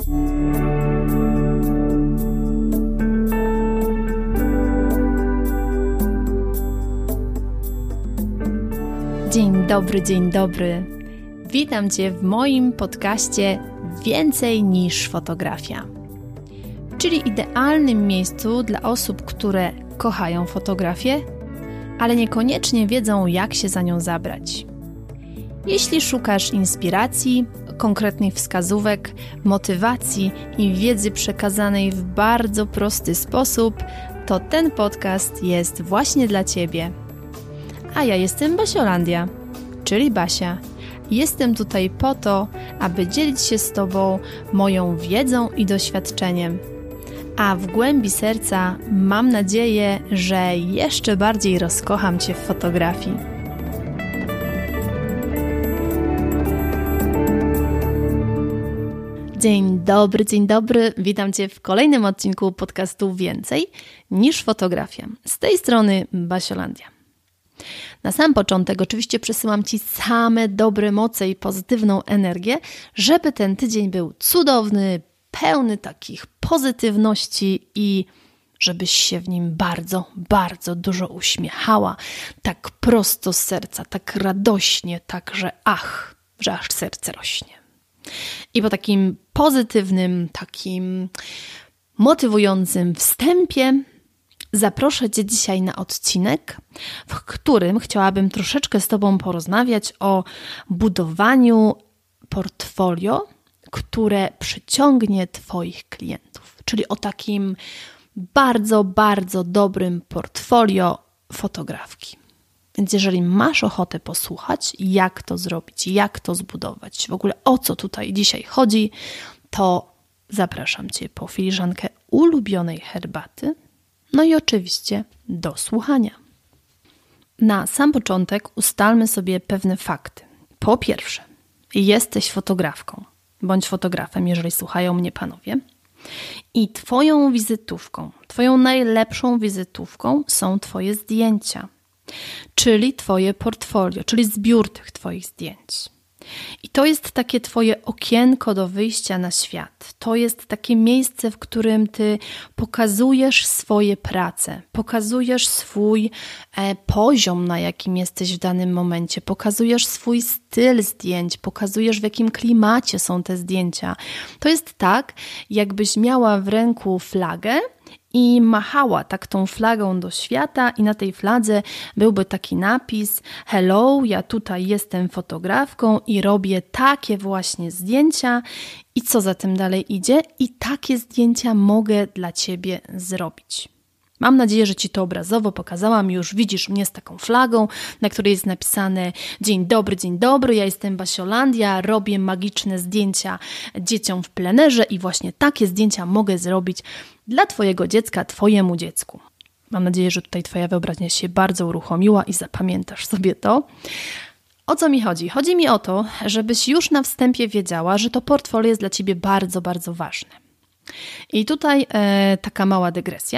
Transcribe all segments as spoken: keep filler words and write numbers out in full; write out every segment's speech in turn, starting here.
Dzień dobry, dzień dobry. Witam Cię w moim podcaście Więcej niż fotografia, czyli idealnym miejscu dla osób, które kochają fotografię, ale niekoniecznie wiedzą, jak się za nią zabrać. Jeśli szukasz inspiracji, konkretnych wskazówek, motywacji i wiedzy przekazanej w bardzo prosty sposób, to ten podcast jest właśnie dla Ciebie. A ja jestem Basiolandia, czyli Basia. Jestem tutaj po to, aby dzielić się z Tobą moją wiedzą i doświadczeniem. A w głębi serca mam nadzieję, że jeszcze bardziej rozkocham Cię w fotografii. Dzień dobry, dzień dobry. Witam Cię w kolejnym odcinku podcastu Więcej niż fotografia. Z tej strony Basiolandia. Na sam początek oczywiście przesyłam Ci same dobre moce i pozytywną energię, żeby ten tydzień był cudowny, pełny takich pozytywności i żebyś się w nim bardzo, bardzo dużo uśmiechała, tak prosto z serca, tak radośnie, tak, że ach, że aż serce rośnie. I po takim pozytywnym, takim motywującym wstępie zaproszę Cię dzisiaj na odcinek, w którym chciałabym troszeczkę z Tobą porozmawiać o budowaniu portfolio, które przyciągnie Twoich klientów, czyli o takim bardzo, bardzo dobrym portfolio fotografki. Więc jeżeli masz ochotę posłuchać, jak to zrobić, jak to zbudować, w ogóle o co tutaj dzisiaj chodzi, to zapraszam Cię po filiżankę ulubionej herbaty, no i oczywiście do słuchania. Na sam początek ustalmy sobie pewne fakty. Po pierwsze, jesteś fotografką, bądź fotografem, jeżeli słuchają mnie panowie. I Twoją wizytówką, Twoją najlepszą wizytówką są Twoje zdjęcia, czyli Twoje portfolio, czyli zbiór tych Twoich zdjęć. I to jest takie Twoje okienko do wyjścia na świat. To jest takie miejsce, w którym Ty pokazujesz swoje prace, pokazujesz swój e, poziom, na jakim jesteś w danym momencie, pokazujesz swój styl zdjęć, pokazujesz, w jakim klimacie są te zdjęcia. To jest tak, jakbyś miała w ręku flagę i machała tak tą flagą do świata i na tej fladze byłby taki napis: hello, ja tutaj jestem fotografką i robię takie właśnie zdjęcia i co za tym dalej idzie i takie zdjęcia mogę dla Ciebie zrobić. Mam nadzieję, że Ci to obrazowo pokazałam. Już widzisz mnie z taką flagą, na której jest napisane: dzień dobry, dzień dobry, ja jestem Basiolandia, robię magiczne zdjęcia dzieciom w plenerze i właśnie takie zdjęcia mogę zrobić dla Twojego dziecka, Twojemu dziecku. Mam nadzieję, że tutaj Twoja wyobraźnia się bardzo uruchomiła i zapamiętasz sobie to. O co mi chodzi? Chodzi mi o to, żebyś już na wstępie wiedziała, że to portfolio jest dla Ciebie bardzo, bardzo ważne. I tutaj e, taka mała dygresja.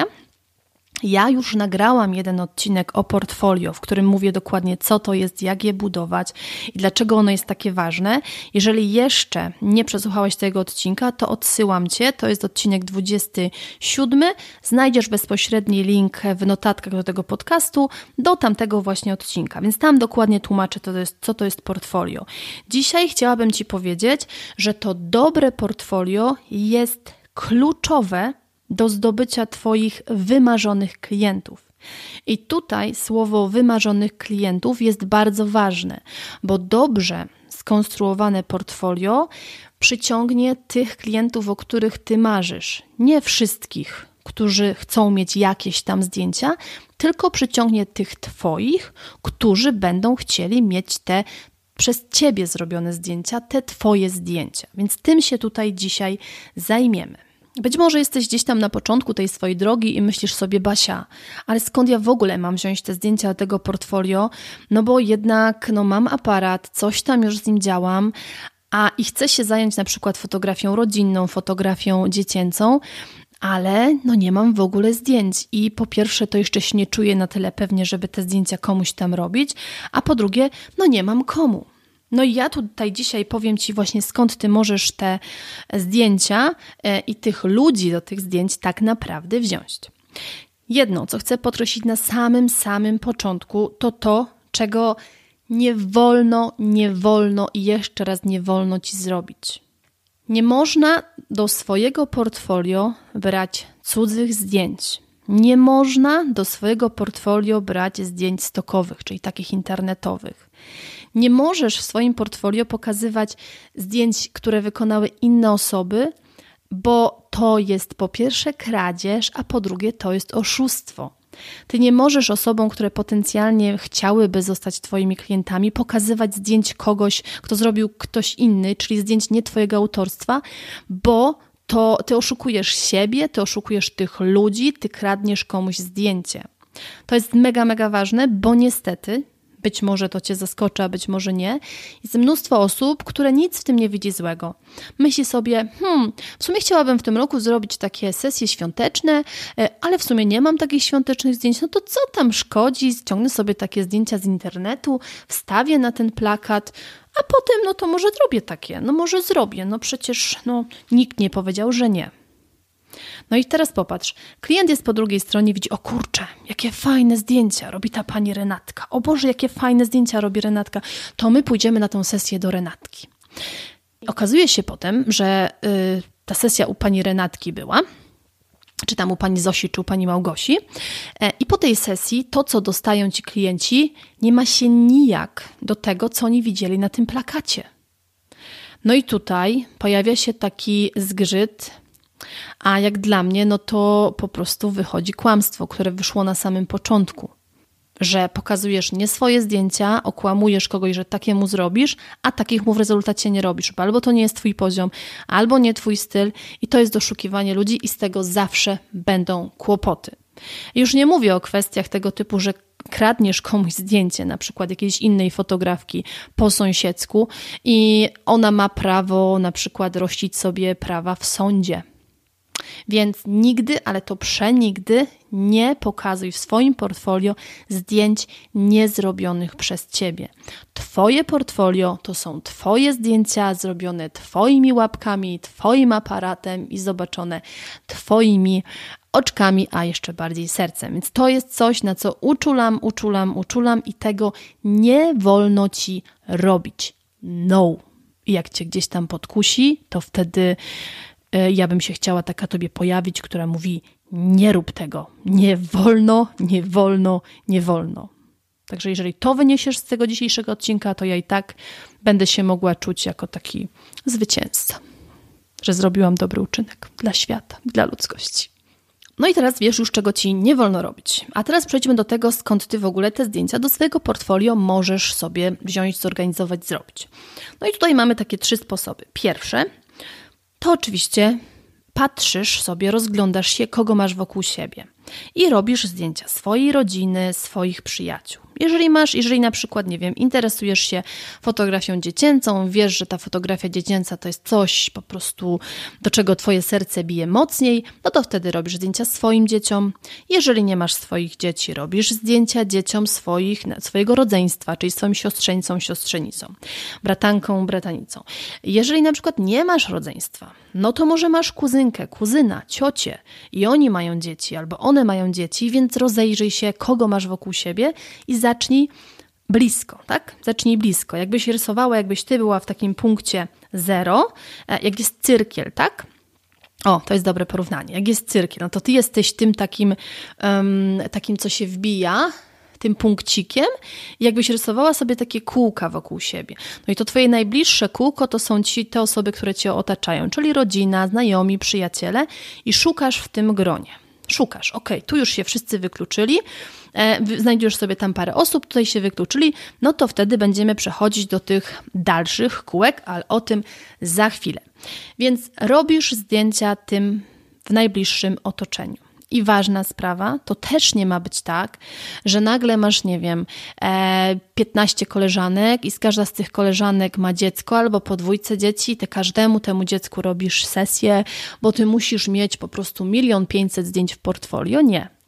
Ja już nagrałam jeden odcinek o portfolio, w którym mówię dokładnie, co to jest, jak je budować i dlaczego ono jest takie ważne. Jeżeli jeszcze nie przesłuchałeś tego odcinka, to odsyłam Cię. To jest odcinek dwudziesty siódmy. Znajdziesz bezpośredni link w notatkach do tego podcastu do tamtego właśnie odcinka. Więc tam dokładnie tłumaczę, to jest, co to jest portfolio. Dzisiaj chciałabym Ci powiedzieć, że to dobre portfolio jest kluczowe do zdobycia Twoich wymarzonych klientów. I tutaj słowo wymarzonych klientów jest bardzo ważne, bo dobrze skonstruowane portfolio przyciągnie tych klientów, o których Ty marzysz. Nie wszystkich, którzy chcą mieć jakieś tam zdjęcia, tylko przyciągnie tych Twoich, którzy będą chcieli mieć te przez Ciebie zrobione zdjęcia, te Twoje zdjęcia. Więc tym się tutaj dzisiaj zajmiemy. Być może jesteś gdzieś tam na początku tej swojej drogi i myślisz sobie: Basia, ale skąd ja w ogóle mam wziąć te zdjęcia do tego portfolio? No bo jednak no mam aparat, coś tam już z nim działam, a i chcę się zająć na przykład fotografią rodzinną, fotografią dziecięcą, ale no nie mam w ogóle zdjęć i po pierwsze to jeszcze się nie czuję na tyle pewnie, żeby te zdjęcia komuś tam robić, a po drugie no nie mam komu. No i ja tutaj dzisiaj powiem Ci właśnie, skąd Ty możesz te zdjęcia i tych ludzi do tych zdjęć tak naprawdę wziąć. Jedno, co chcę podkreślić na samym, samym początku, to to, czego nie wolno, nie wolno i jeszcze raz nie wolno Ci zrobić. Nie można do swojego portfolio brać cudzych zdjęć. Nie można do swojego portfolio brać zdjęć stokowych, czyli takich internetowych. Nie możesz w swoim portfolio pokazywać zdjęć, które wykonały inne osoby, bo to jest po pierwsze kradzież, a po drugie to jest oszustwo. Ty nie możesz osobom, które potencjalnie chciałyby zostać Twoimi klientami, pokazywać zdjęć kogoś, kto zrobił ktoś inny, czyli zdjęć nie Twojego autorstwa, bo to Ty oszukujesz siebie, Ty oszukujesz tych ludzi, Ty kradniesz komuś zdjęcie. To jest mega, mega ważne, bo niestety, być może to Cię zaskoczy, a być może nie, jest mnóstwo osób, które nic w tym nie widzi złego. Myśli sobie, hmm, w sumie chciałabym w tym roku zrobić takie sesje świąteczne, ale w sumie nie mam takich świątecznych zdjęć, no to co tam szkodzi, ściągnę sobie takie zdjęcia z internetu, wstawię na ten plakat, a potem no to może zrobię takie, no może zrobię, no przecież no, nikt nie powiedział, że nie. No i teraz popatrz, klient jest po drugiej stronie, widzi, o kurczę, jakie fajne zdjęcia robi ta pani Renatka. O Boże, jakie fajne zdjęcia robi Renatka. To my pójdziemy na tą sesję do Renatki. Okazuje się potem, że y, ta sesja u pani Renatki była, czy tam u pani Zosi, czy u pani Małgosi. E, I po tej sesji to, co dostają ci klienci, nie ma się nijak do tego, co oni widzieli na tym plakacie. No i tutaj pojawia się taki zgrzyt, a jak dla mnie, no to po prostu wychodzi kłamstwo, które wyszło na samym początku, że pokazujesz nie swoje zdjęcia, okłamujesz kogoś, że takiemu zrobisz, a takich mu w rezultacie nie robisz, bo albo to nie jest twój poziom, albo nie twój styl i to jest doszukiwanie ludzi i z tego zawsze będą kłopoty. Już nie mówię o kwestiach tego typu, że kradniesz komuś zdjęcie, na przykład jakiejś innej fotografki po sąsiedzku i ona ma prawo na przykład rościć sobie prawa w sądzie. Więc nigdy, ale to przenigdy nie pokazuj w swoim portfolio zdjęć niezrobionych przez Ciebie. Twoje portfolio to są Twoje zdjęcia zrobione Twoimi łapkami, Twoim aparatem i zobaczone Twoimi oczkami, a jeszcze bardziej sercem. Więc to jest coś, na co uczulam, uczulam, uczulam i tego nie wolno Ci robić. No. I jak Cię gdzieś tam podkusi, to wtedy ja bym się chciała taka Tobie pojawić, która mówi, nie rób tego, nie wolno, nie wolno, nie wolno. Także jeżeli to wyniesiesz z tego dzisiejszego odcinka, to ja i tak będę się mogła czuć jako taki zwycięzca, że zrobiłam dobry uczynek dla świata, dla ludzkości. No i teraz wiesz już, czego Ci nie wolno robić. A teraz przejdźmy do tego, skąd Ty w ogóle te zdjęcia do swojego portfolio możesz sobie wziąć, zorganizować, zrobić. No i tutaj mamy takie trzy sposoby. Pierwsze, to oczywiście patrzysz sobie, rozglądasz się, kogo masz wokół siebie i robisz zdjęcia swojej rodziny, swoich przyjaciół. Jeżeli masz, jeżeli na przykład, nie wiem, interesujesz się fotografią dziecięcą, wiesz, że ta fotografia dziecięca to jest coś po prostu, do czego Twoje serce bije mocniej, no to wtedy robisz zdjęcia swoim dzieciom. Jeżeli nie masz swoich dzieci, robisz zdjęcia dzieciom swoich, swojego rodzeństwa, czyli swoim siostrzeńcom, siostrzenicą, bratanką, bratanicą. Jeżeli na przykład nie masz rodzeństwa, no to może masz kuzynkę, kuzyna, ciocię i oni mają dzieci, albo one mają dzieci, więc rozejrzyj się, kogo masz wokół siebie i zacznij blisko, tak? Zacznij blisko. Jakbyś rysowała, jakbyś Ty była w takim punkcie zero, jak jest cyrkiel, tak? O, to jest dobre porównanie. Jak jest cyrkiel, no to Ty jesteś tym takim, um, takim co się wbija, tym punkcikiem i jakbyś rysowała sobie takie kółka wokół siebie. No i to Twoje najbliższe kółko to są ci te osoby, które Cię otaczają, czyli rodzina, znajomi, przyjaciele i szukasz w tym gronie. Szukasz, ok, tu już się wszyscy wykluczyli, e, znajdziesz sobie tam parę osób, tutaj się wykluczyli, no to wtedy będziemy przechodzić do tych dalszych kółek, ale o tym za chwilę. Więc robisz zdjęcia tym w najbliższym otoczeniu. I ważna sprawa, to też nie ma być tak, że nagle masz, nie wiem, piętnaście koleżanek i z każda z tych koleżanek ma dziecko albo po dwójce dzieci i ty każdemu temu dziecku robisz sesję, bo ty musisz mieć po prostu milion pięćset zdjęć w portfolio. Nie.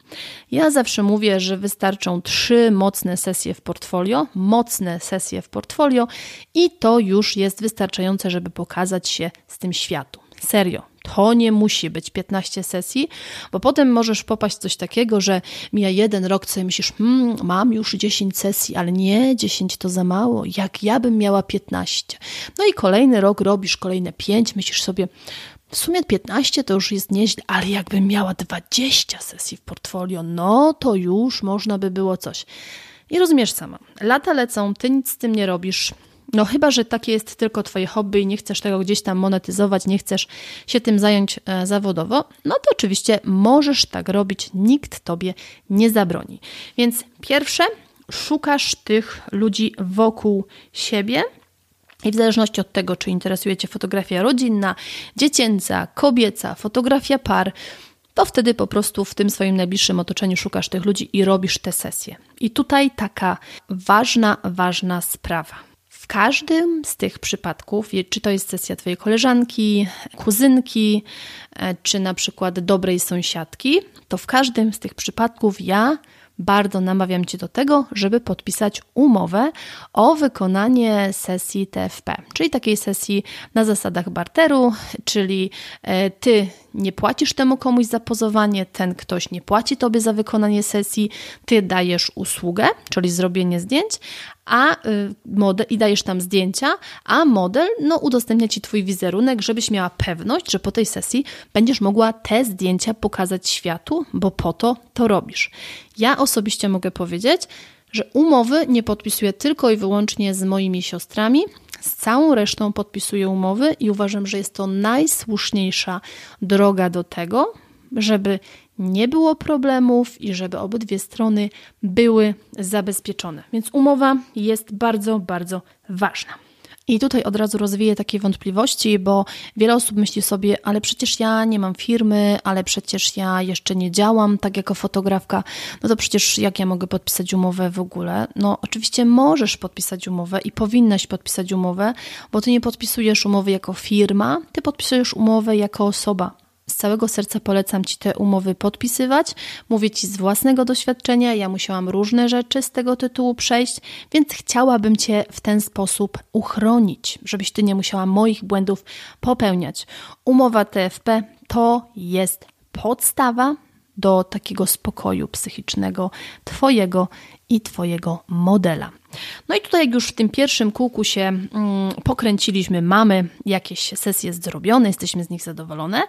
Ja zawsze mówię, że wystarczą trzy mocne sesje w portfolio, mocne sesje w portfolio i to już jest wystarczające, żeby pokazać się z tym światu. Serio, to nie musi być piętnaście sesji, bo potem możesz popaść w coś takiego, że mija jeden rok, co myślisz, hmm, mam już dziesięć sesji, ale nie, dziesięć to za mało, jak ja bym miała piętnaście. No i kolejny rok robisz kolejne pięć, myślisz sobie, w sumie piętnaście to już jest nieźle, ale jakbym miała dwadzieścia sesji w portfolio, no to już można by było coś. I rozumiesz sama, lata lecą, ty nic z tym nie robisz, no chyba, że takie jest tylko twoje hobby i nie chcesz tego gdzieś tam monetyzować, nie chcesz się tym zająć e, zawodowo, no to oczywiście możesz tak robić, nikt tobie nie zabroni. Więc pierwsze, szukasz tych ludzi wokół siebie i w zależności od tego, czy interesuje cię fotografia rodzinna, dziecięca, kobieca, fotografia par, to wtedy po prostu w tym swoim najbliższym otoczeniu szukasz tych ludzi i robisz te sesje. I tutaj taka ważna, ważna sprawa. W każdym z tych przypadków, czy to jest sesja twojej koleżanki, kuzynki, czy na przykład dobrej sąsiadki, to w każdym z tych przypadków ja bardzo namawiam cię do tego, żeby podpisać umowę o wykonanie sesji T F P, czyli takiej sesji na zasadach barteru, czyli ty nie płacisz temu komuś za pozowanie, ten ktoś nie płaci tobie za wykonanie sesji, ty dajesz usługę, czyli zrobienie zdjęć, a model, i dajesz tam zdjęcia, a model no, udostępnia ci twój wizerunek, żebyś miała pewność, że po tej sesji będziesz mogła te zdjęcia pokazać światu, bo po to to robisz. Ja osobiście mogę powiedzieć, że umowy nie podpisuję tylko i wyłącznie z moimi siostrami, z całą resztą podpisuję umowy i uważam, że jest to najsłuszniejsza droga do tego, żeby nie było problemów i żeby obydwie strony były zabezpieczone. Więc umowa jest bardzo, bardzo ważna. I tutaj od razu rozwieję takie wątpliwości, bo wiele osób myśli sobie, ale przecież ja nie mam firmy, ale przecież ja jeszcze nie działam tak jako fotografka, no to przecież jak ja mogę podpisać umowę w ogóle? No oczywiście możesz podpisać umowę i powinnaś podpisać umowę, bo ty nie podpisujesz umowy jako firma, ty podpisujesz umowę jako osoba. Z całego serca polecam ci te umowy podpisywać. Mówię ci z własnego doświadczenia, ja musiałam różne rzeczy z tego tytułu przejść, więc chciałabym cię w ten sposób uchronić, żebyś ty nie musiała moich błędów popełniać. Umowa T F P to jest podstawa do takiego spokoju psychicznego twojego i twojego modela. No i tutaj jak już w tym pierwszym kółku się mm, pokręciliśmy, mamy jakieś sesje zrobione, jesteśmy z nich zadowolone,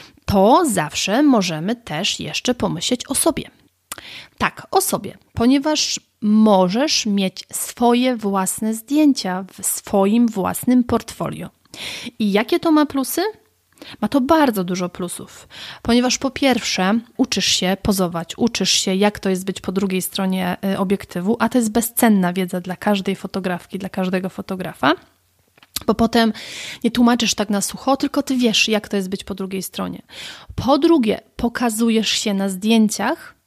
to zawsze możemy też jeszcze pomyśleć o sobie. Tak, o sobie, ponieważ możesz mieć swoje własne zdjęcia w swoim własnym portfolio. I jakie to ma plusy? Ma to bardzo dużo plusów, ponieważ po pierwsze uczysz się pozować, uczysz się jak to jest być po drugiej stronie obiektywu, a to jest bezcenna wiedza dla każdej fotografki, dla każdego fotografa, bo potem nie tłumaczysz tak na sucho, tylko ty wiesz jak to jest być po drugiej stronie. Po drugie pokazujesz się na zdjęciach,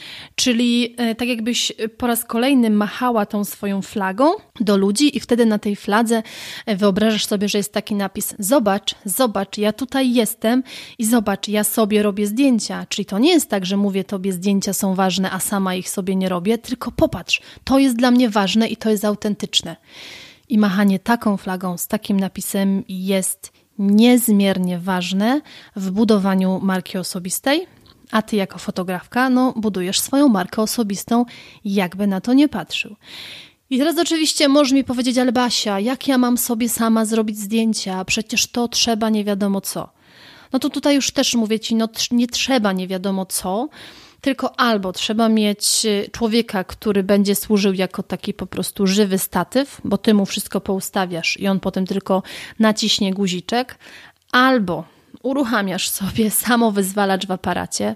czyli tak jakbyś po raz kolejny machała tą swoją flagą do ludzi i wtedy na tej fladze wyobrażasz sobie, że jest taki napis: zobacz, zobacz, ja tutaj jestem i zobacz, ja sobie robię zdjęcia. Czyli to nie jest tak, że mówię tobie zdjęcia są ważne, a sama ich sobie nie robię, tylko popatrz, to jest dla mnie ważne i to jest autentyczne. I machanie taką flagą z takim napisem jest niezmiernie ważne w budowaniu marki osobistej, a ty jako fotografka no, budujesz swoją markę osobistą, jakby na to nie patrzył. I teraz oczywiście możesz mi powiedzieć, ale Basia, jak ja mam sobie sama zrobić zdjęcia? Przecież to trzeba nie wiadomo co. No to tutaj już też mówię ci, no nie trzeba nie wiadomo co, tylko albo trzeba mieć człowieka, który będzie służył jako taki po prostu żywy statyw, bo ty mu wszystko poustawiasz i on potem tylko naciśnie guziczek, albo uruchamiasz sobie samowyzwalacz w aparacie.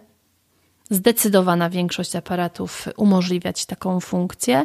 Zdecydowana większość aparatów umożliwia ci taką funkcję.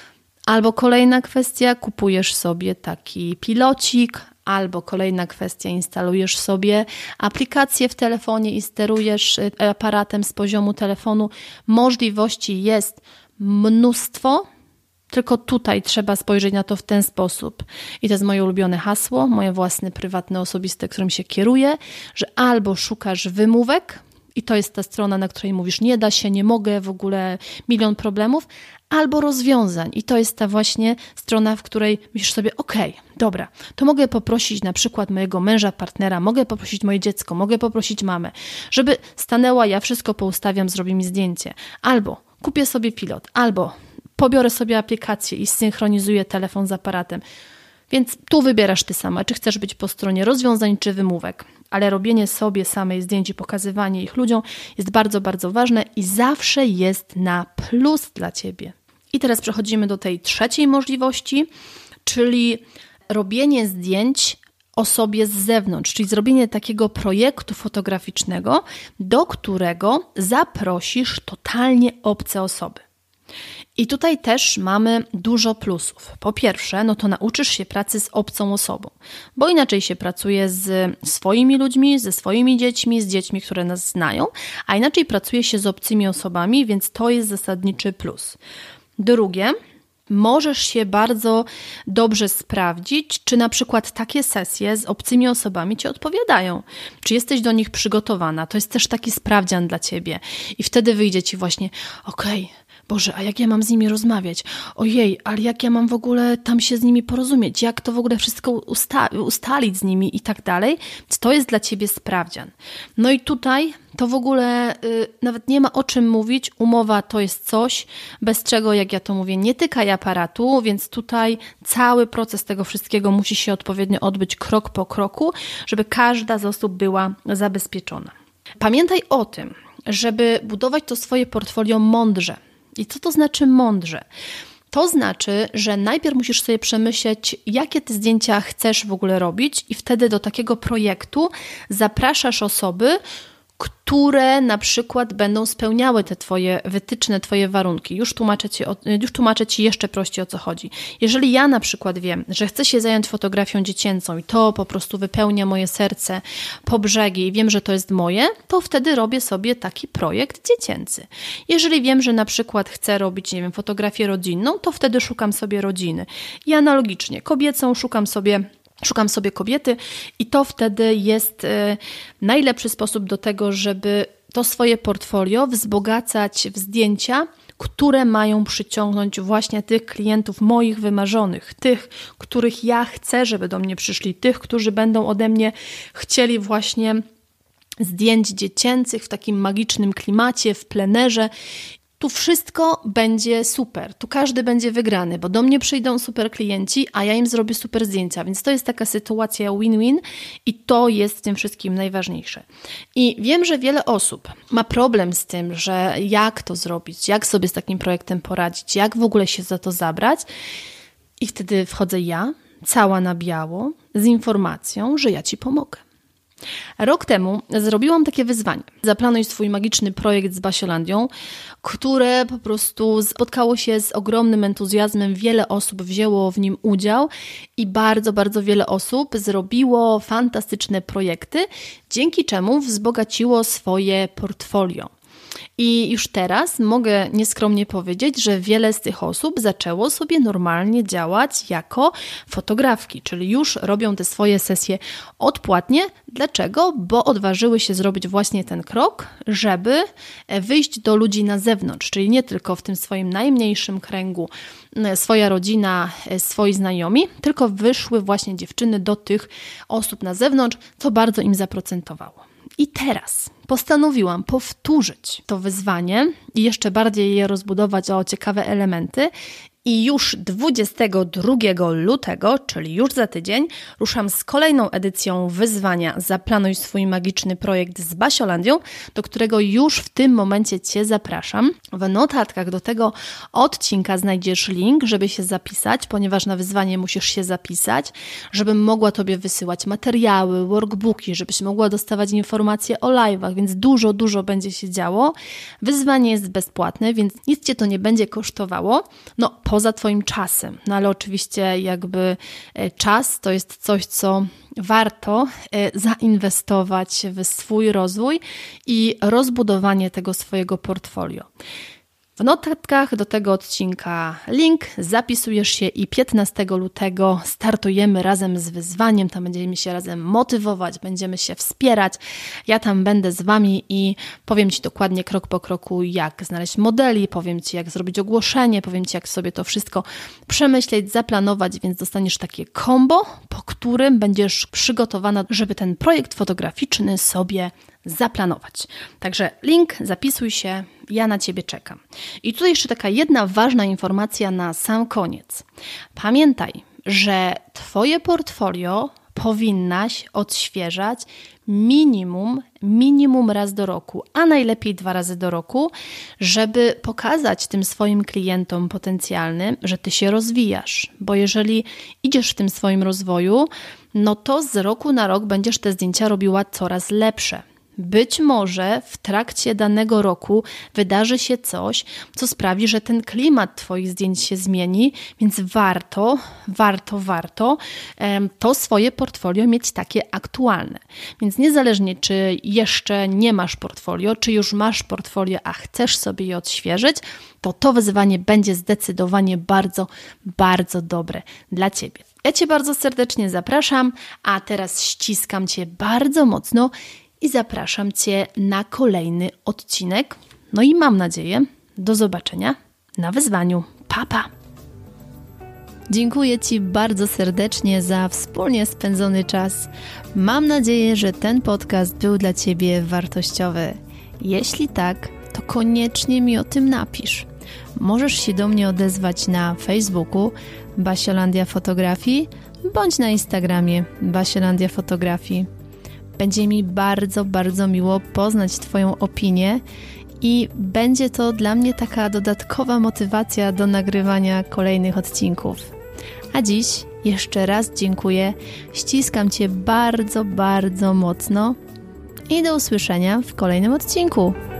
Albo kolejna kwestia, kupujesz sobie taki pilocik, albo kolejna kwestia, instalujesz sobie aplikację w telefonie i sterujesz aparatem z poziomu telefonu. Możliwości jest mnóstwo, tylko tutaj trzeba spojrzeć na to w ten sposób. I to jest moje ulubione hasło, moje własne, prywatne, osobiste, którym się kieruję, że albo szukasz wymówek I to jest ta strona, na której mówisz, nie da się, nie mogę, w ogóle milion problemów, albo rozwiązań. I to jest ta właśnie strona, w której myślisz sobie, okej, okay, dobra, to mogę poprosić na przykład mojego męża, partnera, mogę poprosić moje dziecko, mogę poprosić mamę, żeby stanęła, ja wszystko poustawiam, zrobi mi zdjęcie. Albo kupię sobie pilot, albo pobiorę sobie aplikację i synchronizuję telefon z aparatem. Więc tu wybierasz ty sama, czy chcesz być po stronie rozwiązań, czy wymówek. Ale robienie sobie samej zdjęć i pokazywanie ich ludziom jest bardzo, bardzo ważne i zawsze jest na plus dla ciebie. I teraz przechodzimy do tej trzeciej możliwości, czyli robienie zdjęć osobie z zewnątrz, czyli zrobienie takiego projektu fotograficznego, do którego zaprosisz totalnie obce osoby. I tutaj też mamy dużo plusów. Po pierwsze, no to nauczysz się pracy z obcą osobą, bo inaczej się pracuje z swoimi ludźmi, ze swoimi dziećmi, z dziećmi, które nas znają, a inaczej pracuje się z obcymi osobami, więc to jest zasadniczy plus. Drugie, możesz się bardzo dobrze sprawdzić, czy na przykład takie sesje z obcymi osobami ci odpowiadają, czy jesteś do nich przygotowana. To jest też taki sprawdzian dla ciebie i wtedy wyjdzie ci właśnie, okej, okay, Boże, a jak ja mam z nimi rozmawiać? Ojej, ale jak ja mam w ogóle tam się z nimi porozumieć? Jak to w ogóle wszystko usta- ustalić z nimi i tak dalej? To jest dla ciebie sprawdzian. No i tutaj to w ogóle y, nawet nie ma o czym mówić. Umowa to jest coś, bez czego, jak ja to mówię, nie tykaj aparatu, więc tutaj cały proces tego wszystkiego musi się odpowiednio odbyć krok po kroku, żeby każda z osób była zabezpieczona. Pamiętaj o tym, żeby budować to swoje portfolio mądrze. I co to znaczy mądrze? To znaczy, że najpierw musisz sobie przemyśleć, jakie ty zdjęcia chcesz w ogóle robić i wtedy do takiego projektu zapraszasz osoby, które na przykład będą spełniały te twoje wytyczne, twoje warunki. Już tłumaczę ci, o, już tłumaczę ci jeszcze prościej, o co chodzi. Jeżeli ja na przykład wiem, że chcę się zająć fotografią dziecięcą i to po prostu wypełnia moje serce po brzegi i wiem, że to jest moje, to wtedy robię sobie taki projekt dziecięcy. Jeżeli wiem, że na przykład chcę robić, nie wiem, fotografię rodzinną, to wtedy szukam sobie rodziny. I analogicznie kobiecą szukam sobie Szukam sobie kobiety i to wtedy jest y, najlepszy sposób do tego, żeby to swoje portfolio wzbogacać w zdjęcia, które mają przyciągnąć właśnie tych klientów moich wymarzonych, tych, których ja chcę, żeby do mnie przyszli, tych, którzy będą ode mnie chcieli właśnie zdjęć dziecięcych w takim magicznym klimacie, w plenerze. Tu wszystko będzie super, tu każdy będzie wygrany, bo do mnie przyjdą super klienci, a ja im zrobię super zdjęcia, więc to jest taka sytuacja win-win i to jest w tym wszystkim najważniejsze. I wiem, że wiele osób ma problem z tym, że jak to zrobić, jak sobie z takim projektem poradzić, jak w ogóle się za to zabrać i wtedy wchodzę ja, cała na biało, z informacją, że ja ci pomogę. Rok temu zrobiłam takie wyzwanie. Zaplanuj swój magiczny projekt z Basiolandią, które po prostu spotkało się z ogromnym entuzjazmem. Wiele osób wzięło w nim udział i bardzo, bardzo wiele osób zrobiło fantastyczne projekty, dzięki czemu wzbogaciło swoje portfolio. I już teraz mogę nieskromnie powiedzieć, że wiele z tych osób zaczęło sobie normalnie działać jako fotografki, czyli już robią te swoje sesje odpłatnie. Dlaczego? Bo odważyły się zrobić właśnie ten krok, żeby wyjść do ludzi na zewnątrz, czyli nie tylko w tym swoim najmniejszym kręgu, swoja rodzina, swoi znajomi, tylko wyszły właśnie dziewczyny do tych osób na zewnątrz, co bardzo im zaprocentowało. I teraz postanowiłam powtórzyć to wyzwanie i jeszcze bardziej je rozbudować o ciekawe elementy. I już dwudziestego drugiego lutego, czyli już za tydzień, ruszam z kolejną edycją wyzwania Zaplanuj swój magiczny projekt z Basiolandią, do którego już w tym momencie Cię zapraszam. W notatkach do tego odcinka znajdziesz link, żeby się zapisać, ponieważ na wyzwanie musisz się zapisać, żebym mogła Tobie wysyłać materiały, workbooki, żebyś mogła dostawać informacje o live'ach, więc dużo, dużo będzie się działo. Wyzwanie jest bezpłatne, więc nic Cię to nie będzie kosztowało. No, poza Twoim czasem. No ale oczywiście jakby czas to jest coś, co warto zainwestować w swój rozwój i rozbudowanie tego swojego portfolio. W notatkach do tego odcinka link, zapisujesz się i piętnastego lutego startujemy razem z wyzwaniem, tam będziemy się razem motywować, będziemy się wspierać. Ja tam będę z Wami i powiem Ci dokładnie krok po kroku, jak znaleźć modeli, powiem Ci, jak zrobić ogłoszenie, powiem Ci, jak sobie to wszystko przemyśleć, zaplanować, więc dostaniesz takie combo, po którym będziesz przygotowana, żeby ten projekt fotograficzny sobie zaplanować. Także link, zapisuj się, ja na Ciebie czekam. I tutaj jeszcze taka jedna ważna informacja na sam koniec. Pamiętaj, że Twoje portfolio powinnaś odświeżać minimum, minimum raz do roku, a najlepiej dwa razy do roku, żeby pokazać tym swoim klientom potencjalnym, że Ty się rozwijasz. Bo jeżeli idziesz w tym swoim rozwoju, no to z roku na rok będziesz te zdjęcia robiła coraz lepsze. Być może w trakcie danego roku wydarzy się coś, co sprawi, że ten klimat Twoich zdjęć się zmieni, więc warto, warto, warto to swoje portfolio mieć takie aktualne. Więc niezależnie, czy jeszcze nie masz portfolio, czy już masz portfolio, a chcesz sobie je odświeżyć, to to wyzwanie będzie zdecydowanie bardzo, bardzo dobre dla Ciebie. Ja Cię bardzo serdecznie zapraszam, a teraz ściskam Cię bardzo mocno i zapraszam Cię na kolejny odcinek. No i mam nadzieję, do zobaczenia na wyzwaniu. Pa, pa! Dziękuję Ci bardzo serdecznie za wspólnie spędzony czas. Mam nadzieję, że ten podcast był dla Ciebie wartościowy. Jeśli tak, to koniecznie mi o tym napisz. Możesz się do mnie odezwać na Facebooku Basiolandia Fotografii bądź na Instagramie Basiolandia Fotografii. Będzie mi bardzo, bardzo miło poznać Twoją opinię i będzie to dla mnie taka dodatkowa motywacja do nagrywania kolejnych odcinków. A dziś jeszcze raz dziękuję, ściskam Cię bardzo, bardzo mocno i do usłyszenia w kolejnym odcinku.